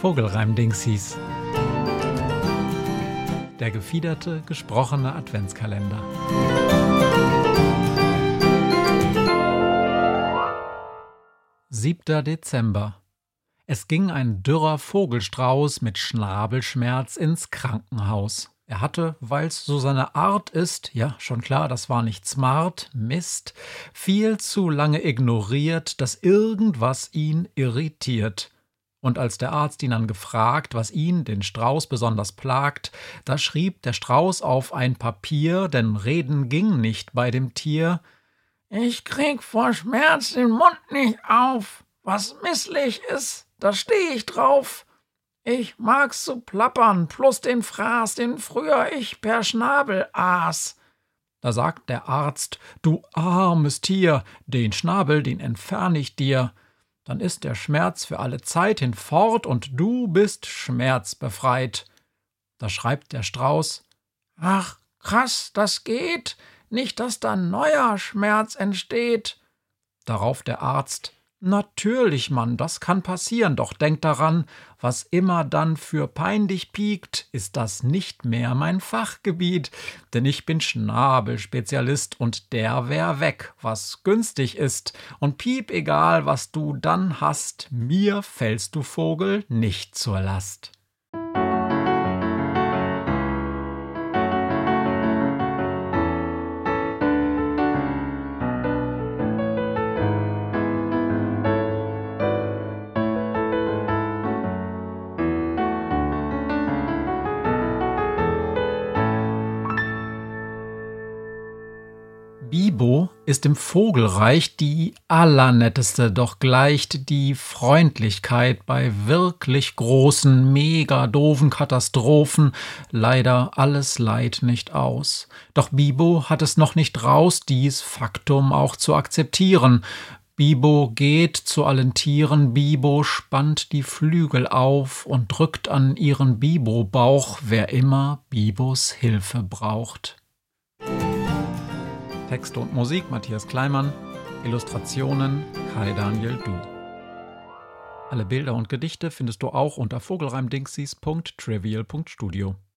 Vogelreim-Dingsies. Der gefiederte, gesprochene Adventskalender. »7. Dezember. Es ging ein dürrer Vogelstrauß mit Schnabelschmerz ins Krankenhaus. Er hatte, weil's so seine Art ist, ja, schon klar, das war nicht smart, Mist, viel zu lange ignoriert, dass irgendwas ihn irritiert. Und als der Arzt ihn dann gefragt, was ihn, den Strauß, besonders plagt, da schrieb der Strauß auf ein Papier, denn Reden ging nicht bei dem Tier: »Ich krieg vor Schmerz den Mund nicht auf. Was misslich ist, da steh ich drauf. Ich mag's zu plappern, plus den Fraß, den früher ich per Schnabel aß.« Da sagt der Arzt: »Du armes Tier, den Schnabel, den entfern ich dir. Dann ist der Schmerz für alle Zeit hinfort und du bist schmerzbefreit.« Da schreibt der Strauß: »Ach, krass, das geht. Nicht, dass da neuer Schmerz entsteht.« Darauf der Arzt: »Natürlich, Mann, das kann passieren, doch denk daran, was immer dann für peinlich piekt, ist das nicht mehr mein Fachgebiet, denn ich bin Schnabelspezialist und der wär weg, was günstig ist, und piep, egal was du dann hast, mir fällst du, Vogel, nicht zur Last.« Bibo ist im Vogelreich die allernetteste, doch gleicht die Freundlichkeit bei wirklich großen, mega doofen Katastrophen leider alles Leid nicht aus. Doch Bibo hat es noch nicht raus, dies Faktum auch zu akzeptieren. Bibo geht zu allen Tieren, Bibo spannt die Flügel auf und drückt an ihren Bibo-Bauch, wer immer Bibos Hilfe braucht. Texte und Musik Matthias Kleimann, Illustrationen Kai Daniel Du. Alle Bilder und Gedichte findest du auch unter vogelreimdingsies.trivial.studio.